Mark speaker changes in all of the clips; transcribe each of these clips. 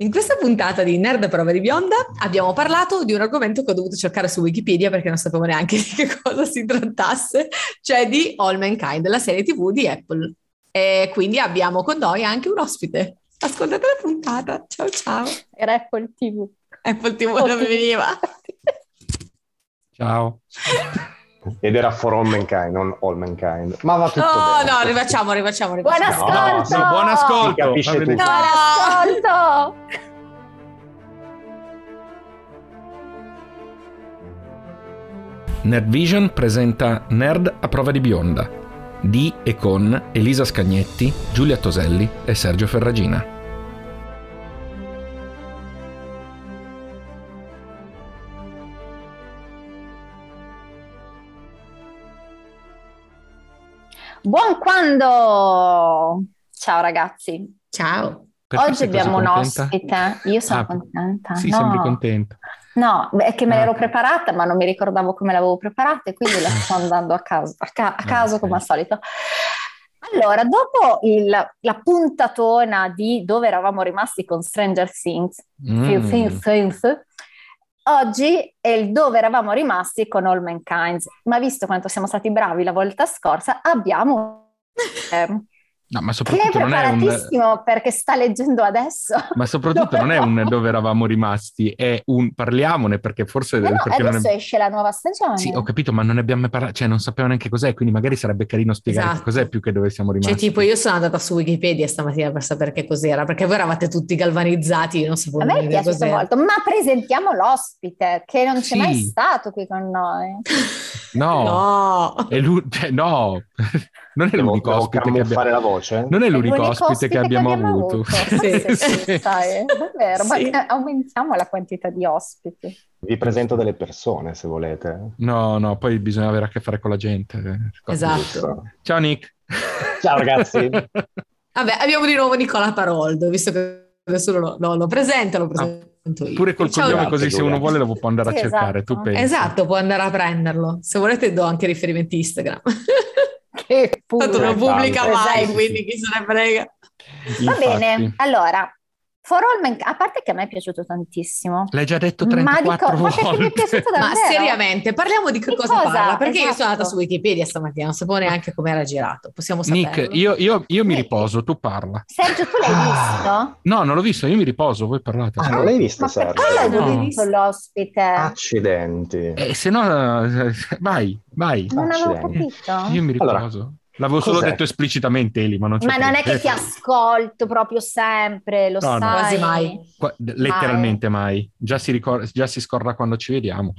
Speaker 1: In questa puntata di Nerd a prova di bionda abbiamo parlato di un argomento che ho dovuto cercare su Wikipedia perché non sapevo neanche di che cosa si trattasse, cioè di All Mankind, la serie TV di Apple. E quindi abbiamo con noi anche un ospite. Ascoltate la puntata. Ciao ciao.
Speaker 2: Era Apple TV.
Speaker 1: Apple TV dove veniva?
Speaker 3: Ciao.
Speaker 4: Ed era For All Mankind, non All Mankind. Ma va tutto bene.
Speaker 1: No, rifacciamo.
Speaker 2: Buon ascolto!
Speaker 3: No, buon ascolto!
Speaker 4: Si capisce tutto.
Speaker 2: Buon ascolto!
Speaker 3: Nerdvision presenta Nerd a prova di bionda di e con Elisa Scagnetti, Giulia Toselli e Sergio Ferragina.
Speaker 2: Buon quando! Ciao ragazzi.
Speaker 1: Ciao.
Speaker 3: Perché
Speaker 2: Oggi
Speaker 3: sei così
Speaker 2: abbiamo un
Speaker 3: contenta?
Speaker 2: ospite. Io sono contenta.
Speaker 3: Sì,
Speaker 2: No.
Speaker 3: sembri contenta.
Speaker 2: No, è che me l'ero
Speaker 3: Ah.
Speaker 2: preparata, ma non mi ricordavo come l'avevo preparata e quindi la sto andando a caso, a caso come al solito. Allora, dopo la puntatona di dove eravamo rimasti con Stranger Things, oggi è il dove eravamo rimasti con All Mankind, ma visto quanto siamo stati bravi la volta scorsa, abbiamo
Speaker 3: No, ma
Speaker 2: che è
Speaker 3: soprattutto non è un...
Speaker 2: preparatissimo perché sta leggendo adesso.
Speaker 3: Ma soprattutto non è un dove eravamo rimasti, è un parliamone perché forse...
Speaker 2: Ma no,
Speaker 3: perché
Speaker 2: adesso
Speaker 3: non è...
Speaker 2: esce la nuova stagione.
Speaker 3: Sì, ho capito, ma non ne abbiamo mai parlato, cioè non sapevo neanche cos'è, quindi magari sarebbe carino spiegare
Speaker 1: Esatto.
Speaker 3: che cos'è più che dove siamo rimasti.
Speaker 1: Cioè, tipo, io sono andata su Wikipedia stamattina per sapere che cos'era, perché voi eravate tutti galvanizzati, io non sapevo
Speaker 2: A me è
Speaker 1: neanche
Speaker 2: piaciuto
Speaker 1: cos'era.
Speaker 2: molto, ma presentiamo l'ospite che non c'è
Speaker 3: Sì.
Speaker 2: mai stato qui con noi.
Speaker 3: No,
Speaker 1: No.
Speaker 3: è lui, cioè, no, non è l'unico
Speaker 4: Devo
Speaker 3: ospite che abbiamo...
Speaker 4: camuffare la voce?
Speaker 3: Non è
Speaker 2: È
Speaker 3: l'unico
Speaker 2: l'unico
Speaker 3: ospite che abbiamo avuto.
Speaker 2: Forse sì, sai, davvero,
Speaker 1: Sì.
Speaker 2: ma aumentiamo la quantità di ospiti.
Speaker 4: Vi presento delle persone, se volete.
Speaker 3: No, poi bisogna avere a che fare con la gente.
Speaker 1: Esatto.
Speaker 4: Giusto.
Speaker 3: Ciao Nick.
Speaker 4: Ciao ragazzi.
Speaker 1: Vabbè, abbiamo di nuovo Nicola Paroldo, visto che nessuno lo presenta, lo presento io.
Speaker 3: Pure col
Speaker 1: Ciao,
Speaker 3: cognome,
Speaker 4: grazie,
Speaker 3: così se
Speaker 4: Giulia.
Speaker 3: uno vuole lo può andare a
Speaker 2: Sì,
Speaker 3: cercare,
Speaker 2: esatto.
Speaker 3: tu pensi.
Speaker 1: Esatto, può andare a prenderlo. Se volete do anche riferimenti Instagram.
Speaker 2: Che
Speaker 1: Tanto non
Speaker 4: Esatto.
Speaker 1: pubblica mai,
Speaker 2: Esatto.
Speaker 1: quindi chi se ne frega.
Speaker 2: Va
Speaker 3: Infatti.
Speaker 2: bene, allora, For All Mankind, a parte che a me è piaciuto tantissimo.
Speaker 3: L'hai già detto
Speaker 2: Ma
Speaker 3: 34
Speaker 2: ma perché mi è
Speaker 3: volte.
Speaker 2: piaciuto
Speaker 1: Ma
Speaker 2: davvero?
Speaker 1: seriamente, parliamo di che
Speaker 2: Di
Speaker 1: cosa
Speaker 2: cosa?
Speaker 1: parla, perché io sono
Speaker 2: Esatto.
Speaker 1: andata su Wikipedia stamattina, non sapevo neanche come era girato, possiamo saperlo.
Speaker 3: Nick, io mi
Speaker 2: Nick.
Speaker 3: riposo, tu parla.
Speaker 2: Sergio, tu l'hai visto?
Speaker 3: No, non l'ho visto, io mi riposo, voi parlate.
Speaker 4: Ah, non l'hai visto,
Speaker 2: Ma
Speaker 4: Sergio?
Speaker 2: perché l'hai
Speaker 1: No.
Speaker 2: voluto l'ospite?
Speaker 4: Accidenti.
Speaker 3: Se no, vai.
Speaker 2: Non avevo
Speaker 4: accidenti.
Speaker 2: capito.
Speaker 3: Io mi riposo.
Speaker 4: Allora,
Speaker 3: L'avevo solo
Speaker 4: cos'è?
Speaker 3: detto esplicitamente, Eli, ma non c'è
Speaker 2: Ma non è
Speaker 3: problema.
Speaker 2: che ti ascolto proprio sempre, lo
Speaker 3: No, no.
Speaker 2: sai.
Speaker 1: Quasi mai.
Speaker 3: Letteralmente mai. Già si scorda quando ci vediamo.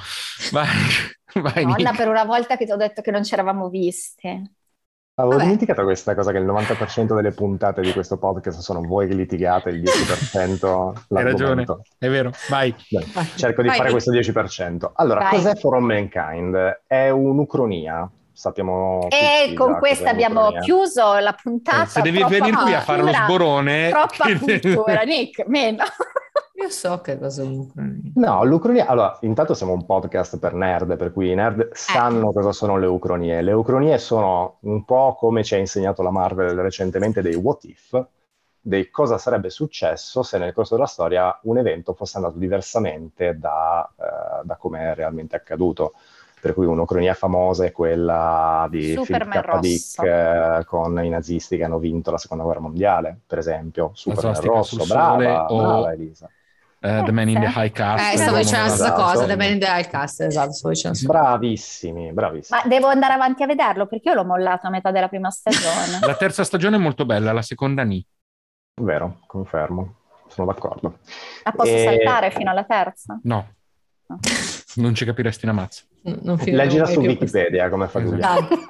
Speaker 3: Vai,
Speaker 2: Nonna,
Speaker 3: Nick.
Speaker 2: per una volta che ti ho detto che non ci eravamo visti.
Speaker 4: Avevo
Speaker 1: Vabbè.
Speaker 4: dimenticato questa cosa, che il 90% delle puntate di questo podcast sono voi che litigate, il 10%
Speaker 3: Hai ragione,
Speaker 4: l'argomento.
Speaker 3: è vero. Vai.
Speaker 4: Dai,
Speaker 1: Vai.
Speaker 4: cerco di
Speaker 1: Vai,
Speaker 4: fare
Speaker 1: Nick.
Speaker 4: questo 10%. Allora,
Speaker 2: Vai.
Speaker 4: cos'è For All Mankind? È un'ucronia. Sappiamo
Speaker 2: E
Speaker 4: tutti
Speaker 2: con
Speaker 4: già
Speaker 2: questa
Speaker 4: cos'è
Speaker 2: abbiamo
Speaker 4: un'ucronia.
Speaker 2: chiuso la puntata.
Speaker 3: Se devi
Speaker 2: troppa
Speaker 3: venire qui a fare lo
Speaker 2: cultura,
Speaker 3: sborone...
Speaker 2: Troppa cultura, Nick, meno.
Speaker 1: Io so che cosa è un'ucronia.
Speaker 4: No, l'ucronia... Allora, intanto siamo un podcast per nerd, per cui i nerd sanno cosa sono le ucronie. Le ucronie sono un po' come ci ha insegnato la Marvel recentemente dei what if, dei cosa sarebbe successo se nel corso della storia un evento fosse andato diversamente da come è realmente accaduto. Per cui un'ucronia famosa è quella di
Speaker 2: Superman
Speaker 4: Philip K. Dick con i nazisti che hanno vinto la seconda guerra mondiale, per esempio. Superman
Speaker 3: svastica
Speaker 4: rosso,
Speaker 3: sul sole
Speaker 4: brava Elisa.
Speaker 3: The Man in the High Castle.
Speaker 1: Stavo
Speaker 4: Sì,
Speaker 1: dicendo la stessa
Speaker 4: esatto.
Speaker 1: cosa, The Man in the High Castle, esatto, stavo dicendo.
Speaker 4: Bravissimi.
Speaker 2: Ma devo andare avanti a vederlo perché io l'ho mollato a metà della prima stagione.
Speaker 3: La terza stagione è molto bella, la seconda ni.
Speaker 4: Vero, confermo, sono d'accordo.
Speaker 2: Ma posso saltare fino alla terza?
Speaker 3: No,
Speaker 2: No.
Speaker 3: non ci capiresti una mazza.
Speaker 1: Non finiremo
Speaker 4: Leggila
Speaker 1: mai
Speaker 4: su
Speaker 1: più
Speaker 4: Wikipedia come fa
Speaker 3: Esatto.
Speaker 4: Giulia.
Speaker 1: Dai.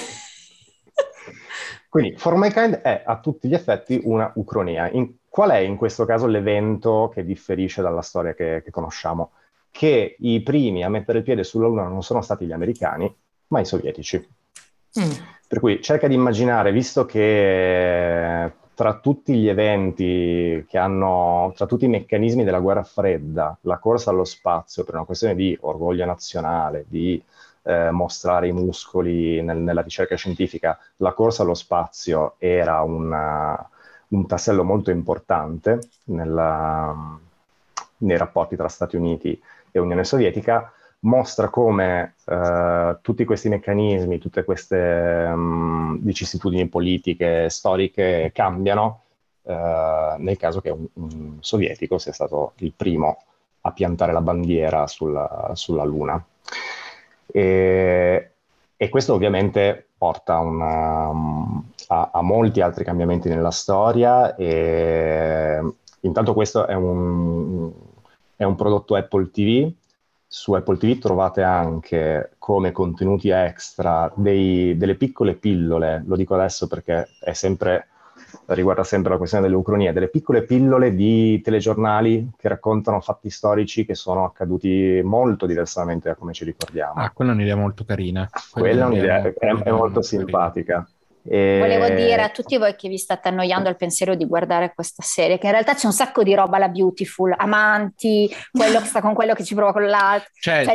Speaker 4: Quindi For Mankind è a tutti gli effetti una ucronia. Qual è in questo caso l'evento che differisce dalla storia che conosciamo? Che i primi a mettere il piede sulla Luna non sono stati gli americani, ma i sovietici. Per cui cerca di immaginare, visto che tra tutti gli eventi tra tutti i meccanismi della guerra fredda, la corsa allo spazio per una questione di orgoglio nazionale, di mostrare i muscoli nella ricerca scientifica, la corsa allo spazio era un tassello molto importante nei rapporti tra Stati Uniti e Unione Sovietica, mostra come tutti questi meccanismi, tutte queste vicissitudini politiche, storiche cambiano nel caso che un sovietico sia stato il primo a piantare la bandiera sulla Luna. E questo ovviamente porta a molti altri cambiamenti nella storia. E intanto questo è un prodotto Apple TV. Su Apple TV trovate anche come contenuti extra delle piccole pillole, lo dico adesso perché riguarda sempre la questione delle ucronie, delle piccole pillole di telegiornali che raccontano fatti storici che sono accaduti molto diversamente da come ci ricordiamo.
Speaker 3: Quella è un'idea molto carina.
Speaker 4: Quella è un'idea, è molto simpatica.
Speaker 2: Volevo dire a tutti voi che vi state annoiando al pensiero di guardare questa serie, che in realtà c'è un sacco di roba alla Beautiful, amanti, quello che sta con quello che ci prova con l'altro.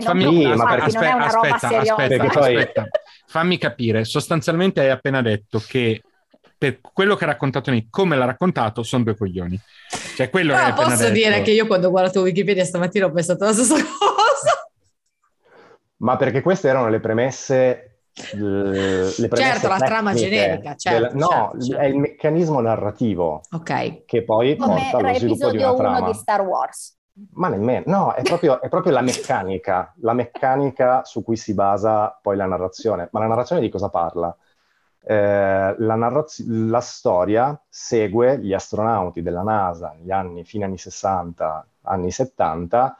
Speaker 3: Aspetta, fammi capire. Sostanzialmente hai appena detto che per quello che ha raccontato Nick, come l'ha raccontato, sono due coglioni. Cioè, quello che hai appena
Speaker 1: posso
Speaker 3: detto.
Speaker 1: dire che io quando ho guardato Wikipedia stamattina ho pensato la stessa cosa.
Speaker 4: Ma perché queste erano le premesse.
Speaker 1: Certo, la trama generica, certo.
Speaker 4: È il meccanismo narrativo che poi porta allo sviluppo di una trama.
Speaker 2: Come 1 di Star Wars.
Speaker 4: Ma nemmeno, no, è proprio la meccanica su cui si basa poi la narrazione. Ma la narrazione di cosa parla? La storia segue gli astronauti della NASA negli fine anni 60, anni 70,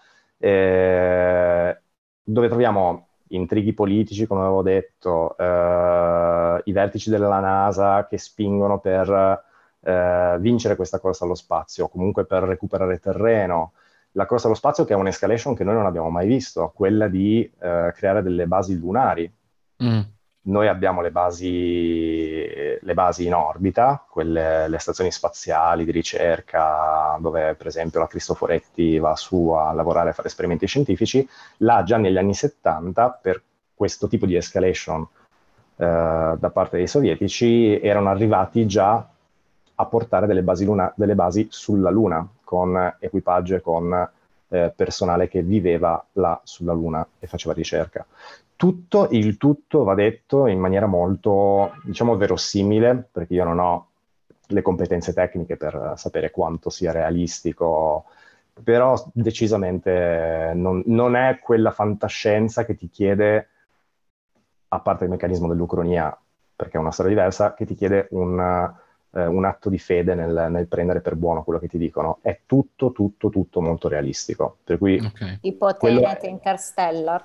Speaker 4: dove troviamo intrighi politici, come avevo detto, i vertici della NASA che spingono per vincere questa corsa allo spazio, comunque per recuperare terreno. La corsa allo spazio che è un'escalation che noi non abbiamo mai visto, quella di creare delle basi lunari. Noi abbiamo le basi in orbita, le stazioni spaziali di ricerca, dove per esempio la Cristoforetti va su a lavorare a fare esperimenti scientifici. Là già negli anni 70, per questo tipo di escalation da parte dei sovietici, erano arrivati già a portare delle basi sulla Luna, con equipaggio e con personale che viveva là sulla Luna e faceva ricerca. Il tutto va detto in maniera molto, diciamo, verosimile, perché io non ho le competenze tecniche per sapere quanto sia realistico, però decisamente non è quella fantascienza che ti chiede, a parte il meccanismo dell'ucronia, perché è una storia diversa, che ti chiede un atto di fede nel prendere per buono quello che ti dicono. È tutto molto realistico. Per cui
Speaker 2: tipo Tenet Interstellar.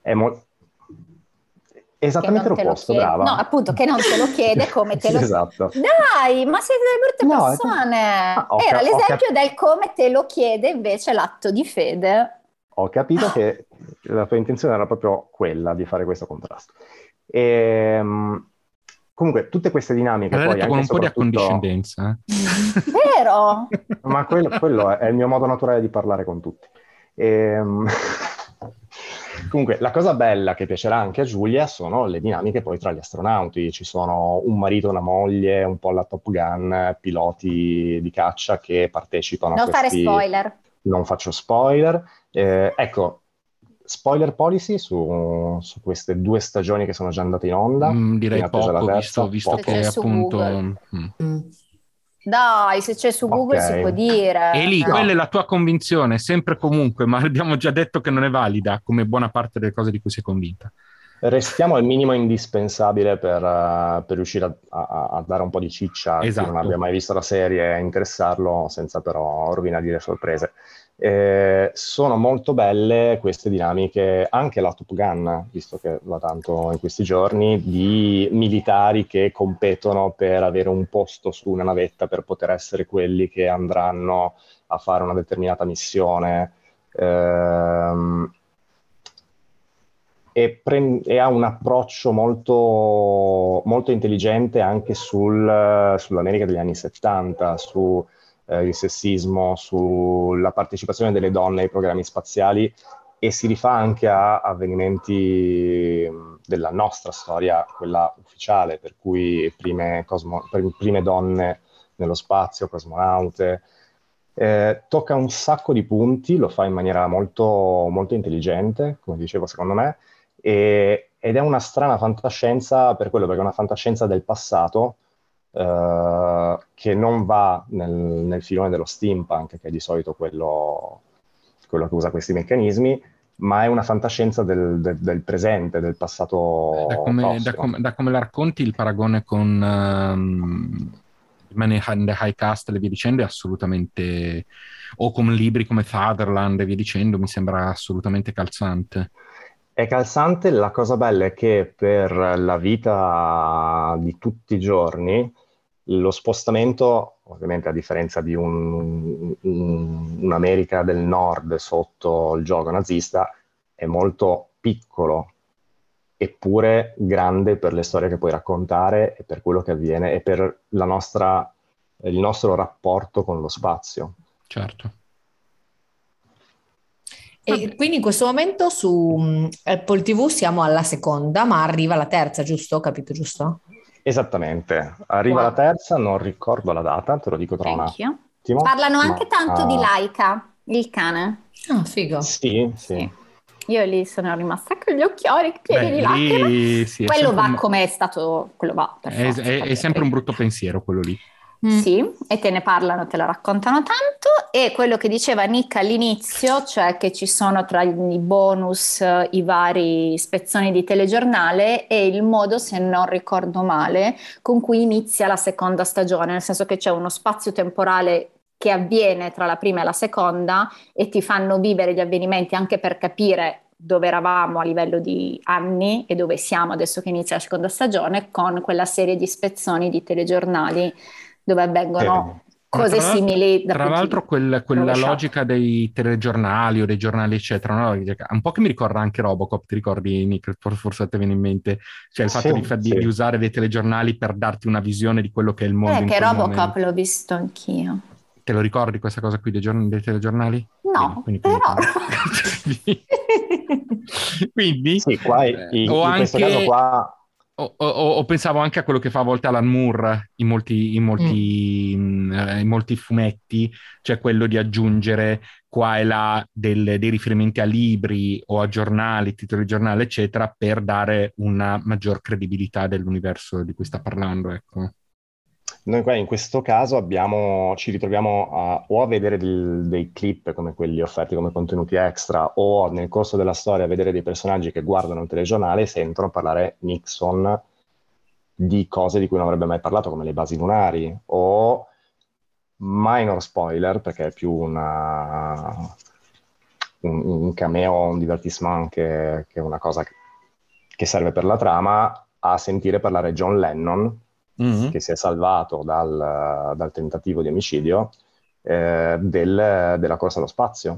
Speaker 4: Esattamente l'opposto, brava.
Speaker 2: No, appunto, che non te lo chiede come te lo...
Speaker 4: Esatto.
Speaker 2: Dai, ma siete delle brutte persone! Era l'esempio del come te lo chiede invece l'atto di fede.
Speaker 4: Ho capito che la tua intenzione era proprio quella di fare questo contrasto. Comunque, tutte queste dinamiche poi anche
Speaker 3: con un po' di accondiscendenza.
Speaker 2: Vero?
Speaker 4: Ma quello è il mio modo naturale di parlare con tutti. Comunque, la cosa bella che piacerà anche a Giulia sono le dinamiche poi tra gli astronauti. Ci sono un marito e una moglie, un po' alla Top Gun, piloti di caccia che partecipano a questi...
Speaker 2: Non fare spoiler.
Speaker 4: Non faccio spoiler. Ecco, spoiler policy su queste 2 stagioni che sono già andate in onda.
Speaker 3: Direi poco, visto che appunto...
Speaker 2: Dai, se c'è su Google si può dire.
Speaker 3: E lì, quella è la tua convinzione, sempre e comunque, ma abbiamo già detto che non è valida, come buona parte delle cose di cui sei convinta.
Speaker 4: Restiamo al minimo indispensabile per riuscire a dare un po' di ciccia a chi non abbia mai visto la serie e interessarlo, senza però rovinare le sorprese. Sono molto belle queste dinamiche, anche la Top Gun, visto che va tanto in questi giorni, di militari che competono per avere un posto su una navetta per poter essere quelli che andranno a fare una determinata missione. E ha un approccio molto, molto intelligente anche sull'America degli anni 70, su il sessismo, sulla partecipazione delle donne ai programmi spaziali, e si rifà anche a avvenimenti della nostra storia, quella ufficiale, per cui prime donne nello spazio, cosmonaute. Tocca un sacco di punti, lo fa in maniera molto, molto intelligente, come dicevo, secondo me, ed è una strana fantascienza per quello, perché è una fantascienza del passato, che non va nel filone dello steampunk, che è di solito quello che usa questi meccanismi, ma è una fantascienza del presente, del passato prossimo.
Speaker 3: Da come la racconti, il paragone con Man in the High Castle e via dicendo è assolutamente, o con libri come Fatherland e via dicendo, mi sembra assolutamente calzante.
Speaker 4: È calzante, la cosa bella è che per la vita di tutti i giorni lo spostamento, ovviamente a differenza di un'America del Nord sotto il giogo nazista, è molto piccolo, eppure grande per le storie che puoi raccontare e per quello che avviene e per il nostro rapporto con lo spazio.
Speaker 3: Certo.
Speaker 1: E quindi in questo momento su Apple TV siamo alla seconda, ma arriva la terza, giusto? Ho capito giusto?
Speaker 4: Esattamente. Arriva la terza, non ricordo la data, te lo dico tra un
Speaker 2: Anch'io.
Speaker 4: attimo.
Speaker 2: Parlano anche tanto di Laika, il cane.
Speaker 1: Ah, figo.
Speaker 4: Sì.
Speaker 2: Io lì sono rimasta con gli occhiali pieni di
Speaker 3: lì
Speaker 2: lacrime.
Speaker 3: sì,
Speaker 2: Quello va come è stato, quello va per forza,
Speaker 3: è sempre un brutto pensiero quello lì.
Speaker 2: Sì, e te ne parlano, te la raccontano tanto, e quello che diceva Nick all'inizio, cioè che ci sono tra i bonus i vari spezzoni di telegiornale, e il modo, se non ricordo male, con cui inizia la seconda stagione, nel senso che c'è uno spazio temporale che avviene tra la prima e la seconda e ti fanno vivere gli avvenimenti anche per capire dove eravamo a livello di anni e dove siamo adesso che inizia la seconda stagione, con quella serie di spezzoni di telegiornali dove avvengono cose simili.
Speaker 3: Tra l'altro quella logica dei telegiornali o dei giornali eccetera, no? Un po' che mi ricorda anche Robocop, ti ricordi Nick? Forse te viene in mente, cioè il fatto di usare dei telegiornali per darti una visione di quello che è il mondo in
Speaker 2: che
Speaker 3: quel
Speaker 2: Robocop
Speaker 3: momento.
Speaker 2: L'ho visto anch'io.
Speaker 3: Te lo ricordi questa cosa qui dei telegiornali?
Speaker 2: No,
Speaker 3: quindi
Speaker 2: però...
Speaker 3: quindi
Speaker 4: sì, qua in questo caso qua...
Speaker 3: O pensavo anche a quello che fa a volte Alan Moore in molti fumetti, cioè quello di aggiungere qua e là dei riferimenti a libri o a giornali, titoli di giornale, eccetera, per dare una maggior credibilità dell'universo di cui sta parlando, ecco.
Speaker 4: Noi qua in questo caso ci ritroviamo o a vedere dei clip come quelli offerti come contenuti extra, o nel corso della storia a vedere dei personaggi che guardano il telegiornale e sentono parlare Nixon di cose di cui non avrebbe mai parlato, come le basi lunari, o minor spoiler, perché è più un cameo, un divertissement che una cosa che serve per la trama, a sentire parlare John Lennon, che si è salvato dal tentativo di omicidio della corsa allo spazio.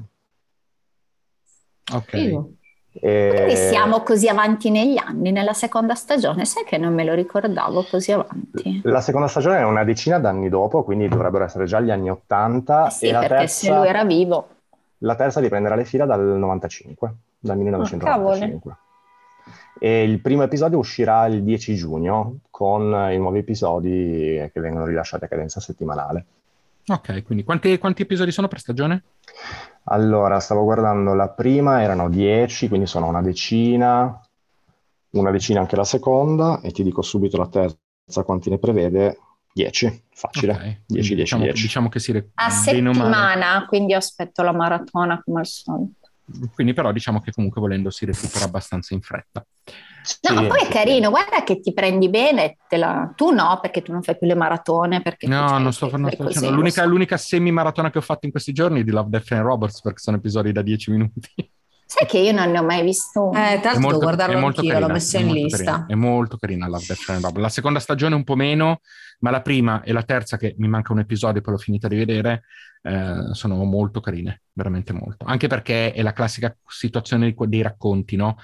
Speaker 3: Ok.
Speaker 2: Quindi siamo così avanti negli anni, nella seconda stagione, sai che non me lo ricordavo così avanti.
Speaker 4: La seconda stagione è una decina d'anni dopo, quindi dovrebbero essere già gli anni 80.
Speaker 2: Sì, perché se lui era vivo.
Speaker 4: La terza riprenderà le fila dal 95, dal 1995. E il primo episodio uscirà il 10 giugno con i nuovi episodi che vengono rilasciati a cadenza settimanale.
Speaker 3: Ok, quindi quanti episodi sono per stagione?
Speaker 4: Allora, stavo guardando la prima, erano 10, quindi sono una decina anche la seconda, e ti dico subito la terza quanti ne prevede. 10, facile.
Speaker 3: Okay,
Speaker 4: 10,
Speaker 3: diciamo,
Speaker 4: 10.
Speaker 3: Diciamo che
Speaker 2: a settimana, quindi aspetto la maratona come al solito.
Speaker 3: Quindi però diciamo che comunque volendo si recupera abbastanza in fretta.
Speaker 2: No, ma poi è carino, guarda che ti prendi bene, tu no, perché tu non fai più le maratone. Perché
Speaker 3: no, non sto facendo. L'unica semi-maratona che ho fatto in questi giorni è di Love, Death and Robots, perché sono episodi da 10 minuti.
Speaker 2: Sai che io non ne ho mai visto uno.
Speaker 1: Tanto devo guardarlo anch'io, l'ho messo in lista.
Speaker 3: È molto carina Love, Death and Robots. La seconda stagione un po' meno, ma la prima e la terza, che mi manca un episodio, poi l'ho finita di vedere, sono molto carine, veramente molto. Anche perché è la classica situazione dei racconti, no?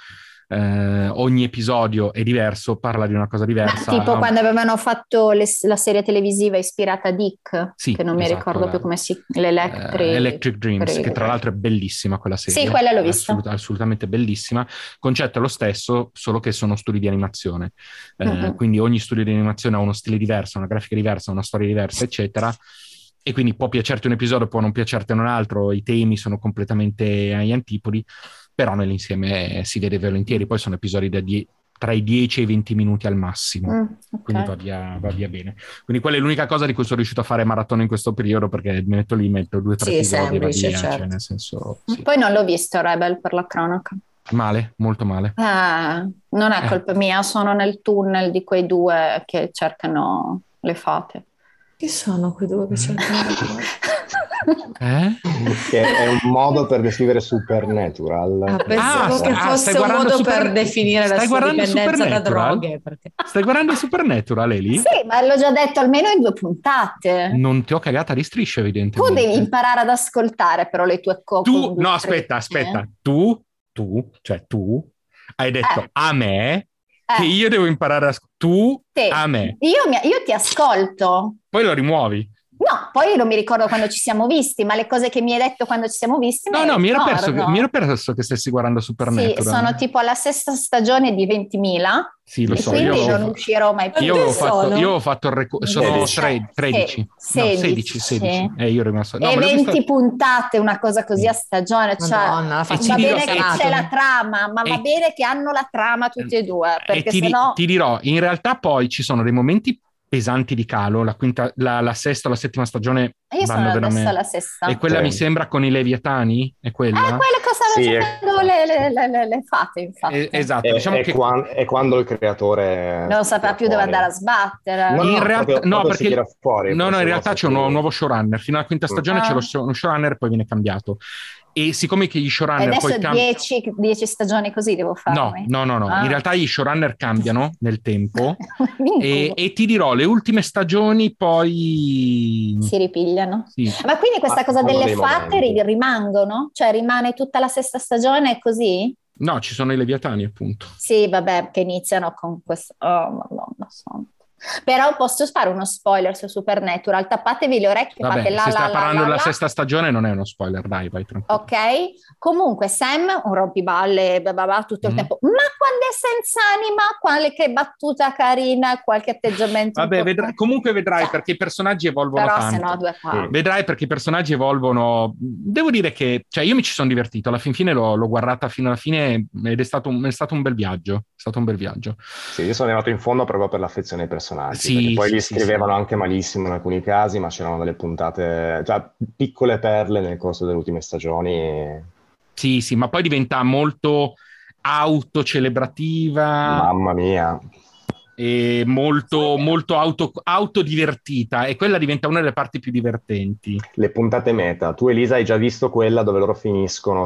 Speaker 3: ogni episodio è diverso, parla di una cosa diversa.
Speaker 2: Tipo quando avevano fatto la serie televisiva ispirata a Dick,
Speaker 3: sì,
Speaker 2: che non mi ricordo più come si...
Speaker 3: Electric Dreams, che tra l'altro è bellissima quella serie.
Speaker 2: Sì, quella l'ho vista.
Speaker 3: Assolutamente bellissima. Il concetto è lo stesso, solo che sono studi di animazione. Quindi ogni studio di animazione ha uno stile diverso, una grafica diversa, una storia diversa, eccetera. E quindi può piacerti un episodio, può non piacerti un altro, i temi sono completamente agli antipodi, però nell'insieme si vede volentieri. Poi sono episodi tra i 10 e i 20 minuti al massimo, okay. Quindi va via bene. Quindi quella è l'unica cosa di cui sono riuscito a fare maratona in questo periodo, perché mi metto lì, metto 2 o 3 episodi e va via,
Speaker 1: certo.
Speaker 3: cioè, nel senso, sì.
Speaker 2: Poi non l'ho visto Rebel, per la cronaca.
Speaker 3: Male, molto male.
Speaker 2: Non è colpa mia, sono nel tunnel di quei 2 che cercano le fate.
Speaker 1: Chi sono quei 2 che cercano le fate?
Speaker 4: Che è un modo per descrivere Supernatural.
Speaker 1: Pensavo che fosse un modo per definire la sua dipendenza da droghe. Perché...
Speaker 3: Stai guardando Supernatural, Eli?
Speaker 2: Sì, ma l'ho già detto almeno in 2 puntate.
Speaker 3: Non ti ho cagata di strisce, evidentemente.
Speaker 2: Tu devi imparare ad ascoltare però le tue
Speaker 3: No, aspetta. Tu hai detto a me che io devo imparare a me.
Speaker 2: Io ti ascolto.
Speaker 3: Poi lo rimuovi.
Speaker 2: No, poi non mi ricordo quando ci siamo visti, ma le cose che mi hai detto quando ci siamo visti
Speaker 3: mi ero perso che stessi guardando Supernatural.
Speaker 2: Sì, sono tipo alla 6ª stagione di 20.000.
Speaker 3: Sì, lo so.
Speaker 2: Quindi non uscirò mai più.
Speaker 3: Io ho fatto il sono 13. 16. Io ero rimasto...
Speaker 2: e 20 puntate, una cosa così a stagione.
Speaker 1: Madonna,
Speaker 2: va bene che c'è la trama, ma va bene che hanno la trama tutti e 2. Perché sennò...
Speaker 3: ti dirò, in realtà poi ci sono dei momenti pesanti di calo, la 6ª o la 7ª stagione
Speaker 2: io sono adesso alla 6ª.
Speaker 3: E quella mi sembra con i Leviatani? È quella?
Speaker 2: Quello che stanno facendo le fate, infatti.
Speaker 3: Esatto, diciamo che
Speaker 4: è quando il creatore
Speaker 2: non sapeva più dove andare a sbattere.
Speaker 3: In realtà
Speaker 4: fuori,
Speaker 3: in realtà c'è un nuovo showrunner, fino alla 5ª stagione c'è uno showrunner e poi viene cambiato. E siccome che gli showrunner
Speaker 2: adesso
Speaker 3: poi
Speaker 2: 10 stagioni così devo fare.
Speaker 3: No. In realtà gli showrunner cambiano nel tempo e ti dirò, le ultime stagioni poi
Speaker 2: si ripigliano.
Speaker 3: Sì.
Speaker 2: Ma quindi questa cosa delle fate rimangono? Cioè rimane tutta la 6ª stagione così?
Speaker 3: No, ci sono i Leviatani, appunto.
Speaker 2: Sì, vabbè, che iniziano con questo... Oh, Madonna santa. Però posso fare uno spoiler su Supernatural, tappatevi le orecchie,
Speaker 3: vabbè,
Speaker 2: fate
Speaker 3: se stai parlando della 6ª stagione non è uno spoiler, dai, vai tranquillo.
Speaker 2: Ok, comunque Sam un rompiballe tutto il tempo, ma quando è senza anima, qualche battuta carina, qualche atteggiamento
Speaker 3: comunque vedrai, perché i personaggi evolvono
Speaker 2: però
Speaker 3: tanto.
Speaker 2: Se no 2 parti.
Speaker 3: Vedrai perché i personaggi evolvono. Devo dire che io mi ci sono divertito, alla fine l'ho guardata fino alla fine ed è stato un bel viaggio.
Speaker 4: Sì, io sono arrivato in fondo proprio per l'affezione ai personaggi.
Speaker 3: Sì,
Speaker 4: poi li scrivevano anche malissimo in alcuni casi, ma c'erano delle puntate, piccole perle nel corso delle ultime stagioni.
Speaker 3: Sì, ma poi diventa molto autocelebrativa.
Speaker 4: Mamma mia.
Speaker 3: E molto autodivertita, e quella diventa una delle parti più divertenti.
Speaker 4: Le puntate meta. Tu, Elisa, hai già visto quella dove loro finiscono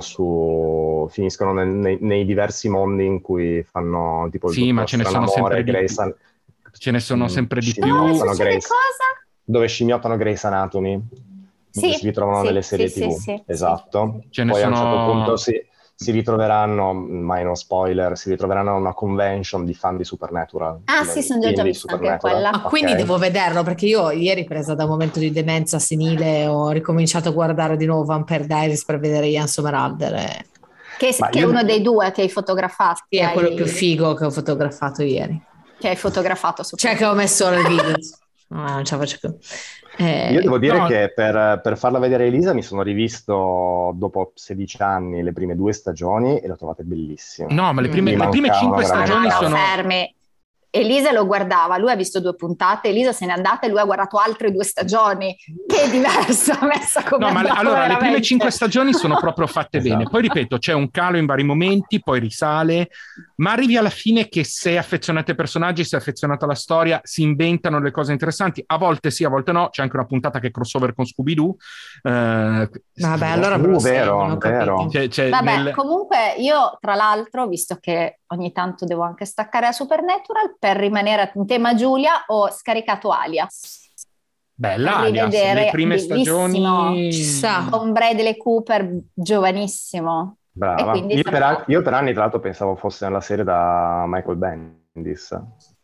Speaker 4: nei diversi mondi in cui fanno tipo il
Speaker 3: ma ce ne sono sempre di più. Ce ne sono sempre di più.
Speaker 4: Dove scimmiottano Grey's Anatomy. Si ritrovano nelle serie TV. Esatto.
Speaker 3: Ce ne
Speaker 4: poi
Speaker 3: sono...
Speaker 4: a un certo punto si ritroveranno, mai no spoiler, si ritroveranno a una convention di fan di Supernatural.
Speaker 2: Sì, sono già vista anche quella.
Speaker 1: Quindi devo vederlo, perché io ieri, presa da un momento di demenza senile, ho ricominciato a guardare di nuovo Vampire Diaries per vedere Ian Somerhalder.
Speaker 2: Che è uno dei 2 che hai fotografato.
Speaker 1: Sì, è quello più figo che ho fotografato ieri.
Speaker 2: Che hai fotografato
Speaker 1: cioè che ho messo nel video. Non ce la faccio più.
Speaker 4: Io devo dire che per farla vedere a Elisa mi sono rivisto dopo 16 anni le prime 2 stagioni e le ho trovate bellissime.
Speaker 3: No, ma le prime 5 stagioni sono...
Speaker 2: ferme. Elisa lo guardava, lui ha visto 2 puntate, Elisa se n'è andata e lui ha guardato altre 2 stagioni, che è diverso, messa come
Speaker 3: allora le prime 5 stagioni sono proprio fatte bene, poi ripeto, c'è un calo in vari momenti, poi risale, ma arrivi alla fine che sei affezionato ai personaggi, sei affezionato alla storia, si inventano le cose interessanti, a volte sì, a volte no, c'è anche una puntata che è crossover con Scooby-Doo.
Speaker 1: Vabbè, allora vero.
Speaker 2: Comunque io tra l'altro, visto che ogni tanto devo anche staccare a Supernatural, per rimanere in tema Giulia, ho scaricato Alias.
Speaker 3: Bella Alias, le prime stagioni.
Speaker 2: Con Bradley Cooper, giovanissimo.
Speaker 4: Brava. Io per anni, tra l'altro, pensavo fosse una serie da Michael Bendis.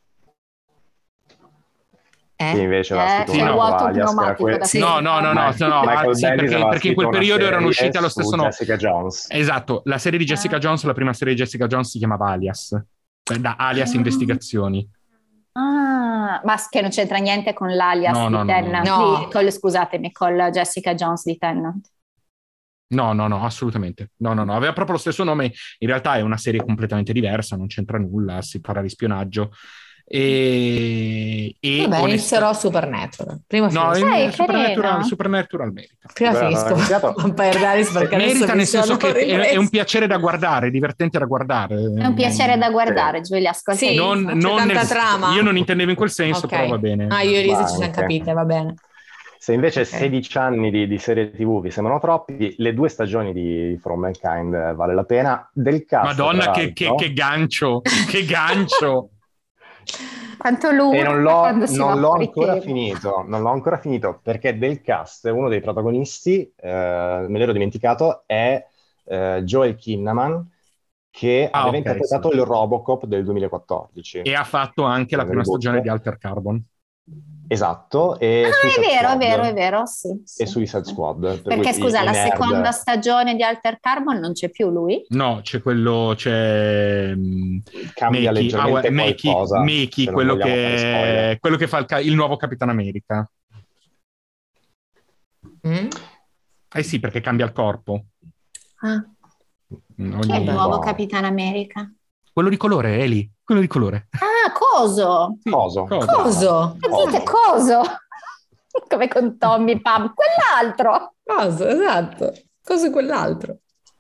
Speaker 4: Che invece
Speaker 2: c'è il vuoto pneumatico da
Speaker 3: perché in quel periodo erano uscite allo stesso nome.
Speaker 4: Jessica Jones.
Speaker 3: Esatto, la serie di Jessica Jones, la prima serie di Jessica Jones si chiamava Alias, da Alias Investigazioni.
Speaker 2: Ma che non c'entra niente con l'Alias di Tennant?
Speaker 1: No.
Speaker 2: Scusatemi, con Jessica Jones di Tennant.
Speaker 3: No, assolutamente. No, aveva proprio lo stesso nome. In realtà è una serie completamente diversa, non c'entra nulla, si parla di spionaggio.
Speaker 1: Vabbè, inizierò Supernatural. Prima
Speaker 3: Supernatural merita.
Speaker 1: Prima finisco Vampire Diaries perché
Speaker 3: merita, nel senso che è un piacere da guardare, è divertente da guardare.
Speaker 2: È un piacere da guardare, Giulia, ascolta.
Speaker 1: Sì, c'è tanta trama.
Speaker 3: Io non intendevo in quel senso, però va bene.
Speaker 1: Io e Elisa ci siamo capite, va bene.
Speaker 4: Se invece 16 anni di serie TV vi sembrano troppi, le 2 stagioni di For All Mankind vale la pena. Del cast,
Speaker 3: Madonna, che gancio! Che gancio!
Speaker 2: Quanto lungo.
Speaker 4: E non l'ho ancora finito perché del cast uno dei protagonisti, me l'ero dimenticato, è Joel Kinnaman, che aveva interpretato il Robocop del 2014
Speaker 3: e ha fatto anche la prima stagione di Alter Carbon.
Speaker 4: Esatto, e
Speaker 2: è vero, sì.
Speaker 4: E Suicide Squad.
Speaker 2: Perché scusa, la seconda stagione di Alter Carbon non c'è più lui?
Speaker 3: No,
Speaker 4: cambia leggermente qualcosa.
Speaker 3: Mackie, quello che fa il nuovo Capitan America. Sì, perché cambia il corpo.
Speaker 2: Chi è il nuovo Capitan America?
Speaker 3: Quello di colore, Eli. Quello di colore.
Speaker 2: Coso.
Speaker 3: Sì,
Speaker 4: Coso.
Speaker 2: Dite Coso. Come con Tommy Pam. Quell'altro.
Speaker 1: Coso, esatto. Coso quell'altro.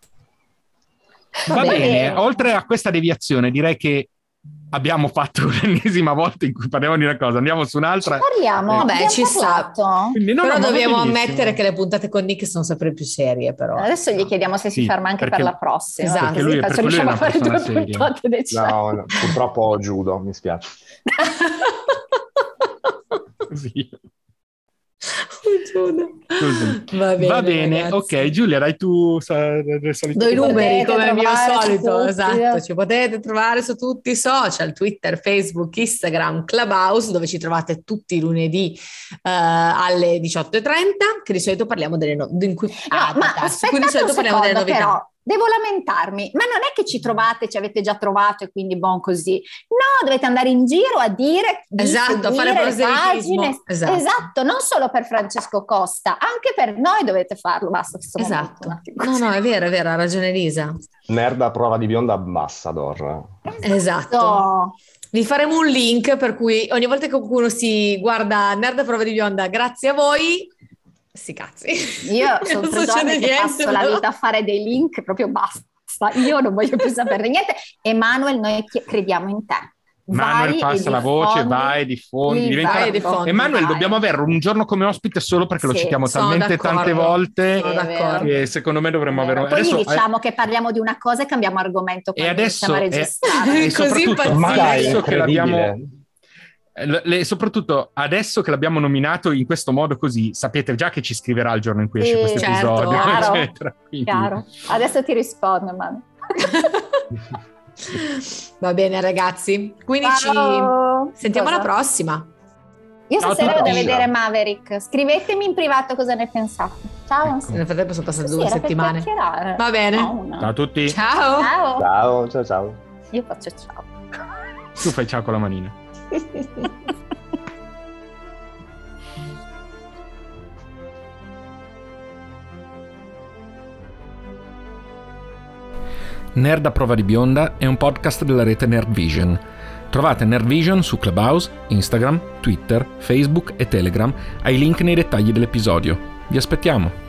Speaker 3: Va bene. Oltre a questa deviazione, direi che abbiamo fatto l'ennesima volta in cui parliamo di una cosa, andiamo su un'altra.
Speaker 2: Parliamo,
Speaker 1: ci sta.
Speaker 2: Però
Speaker 1: dobbiamo ammettere che le puntate con Nick sono sempre più serie, però.
Speaker 2: Adesso gli chiediamo se si ferma anche per la prossima.
Speaker 1: Esatto.
Speaker 3: Perché lui riusciamo a fare 2
Speaker 2: puntate decenti.
Speaker 4: No, purtroppo judo, mi spiace.
Speaker 3: Sì.
Speaker 1: Va bene,
Speaker 3: ok, Giulia, dai tu
Speaker 1: doi numeri come al mio solito. Esatto, ci potete trovare su tutti i social, Twitter, Facebook, Instagram, Clubhouse, dove ci trovate tutti i lunedì alle 18:30, che di solito parliamo delle novità.
Speaker 2: Però devo lamentarmi, ma non è che ci avete già trovato e quindi buon così. No, dovete andare in giro a dire
Speaker 1: fare proselitismo.
Speaker 2: Esatto, non solo per Francesco Costa, anche per noi dovete farlo. Basta.
Speaker 1: Esatto. No, è vero, ha ragione Elisa.
Speaker 4: Nerd a prova di bionda ambassador.
Speaker 1: Esatto. Vi faremo un link per cui ogni volta che qualcuno si guarda Nerd a prova di bionda, grazie a voi. Sti cazzi.
Speaker 2: Io sono 3 giorni che passo la vita a fare dei link, proprio basta. Io non voglio più saperne niente. Emanuel, noi crediamo in te.
Speaker 3: Emanuel passa la voce, diffondi. Emanuel, dobbiamo averlo un giorno come ospite solo perché lo citiamo talmente tante volte che secondo me dovremmo averlo.
Speaker 2: Poi adesso, diciamo che parliamo di una cosa e cambiamo argomento
Speaker 3: e adesso
Speaker 2: a registrare.
Speaker 3: E soprattutto adesso che l'abbiamo soprattutto adesso che l'abbiamo nominato in questo modo così, sapete già che ci scriverà il giorno in cui esce questo episodio,
Speaker 2: chiaro,
Speaker 3: eccetera.
Speaker 2: Chiaro. Adesso ti rispondo, Manu.
Speaker 1: Va bene ragazzi, quindi ci sentiamo alla prossima.
Speaker 2: Io stasera vado a vedere Maverick. Scrivetemi in privato cosa ne pensate. Ciao.
Speaker 1: Ecco. Nel frattempo sono passate 2 settimane. Va bene.
Speaker 3: Ciao a tutti.
Speaker 1: Ciao.
Speaker 4: Ciao.
Speaker 2: Io faccio ciao.
Speaker 3: Tu fai ciao con la manina. Nerd a prova di bionda è un podcast della rete Nerd Vision. Trovate Nerd Vision su Clubhouse, Instagram, Twitter, Facebook e Telegram ai link nei dettagli dell'episodio. Vi aspettiamo!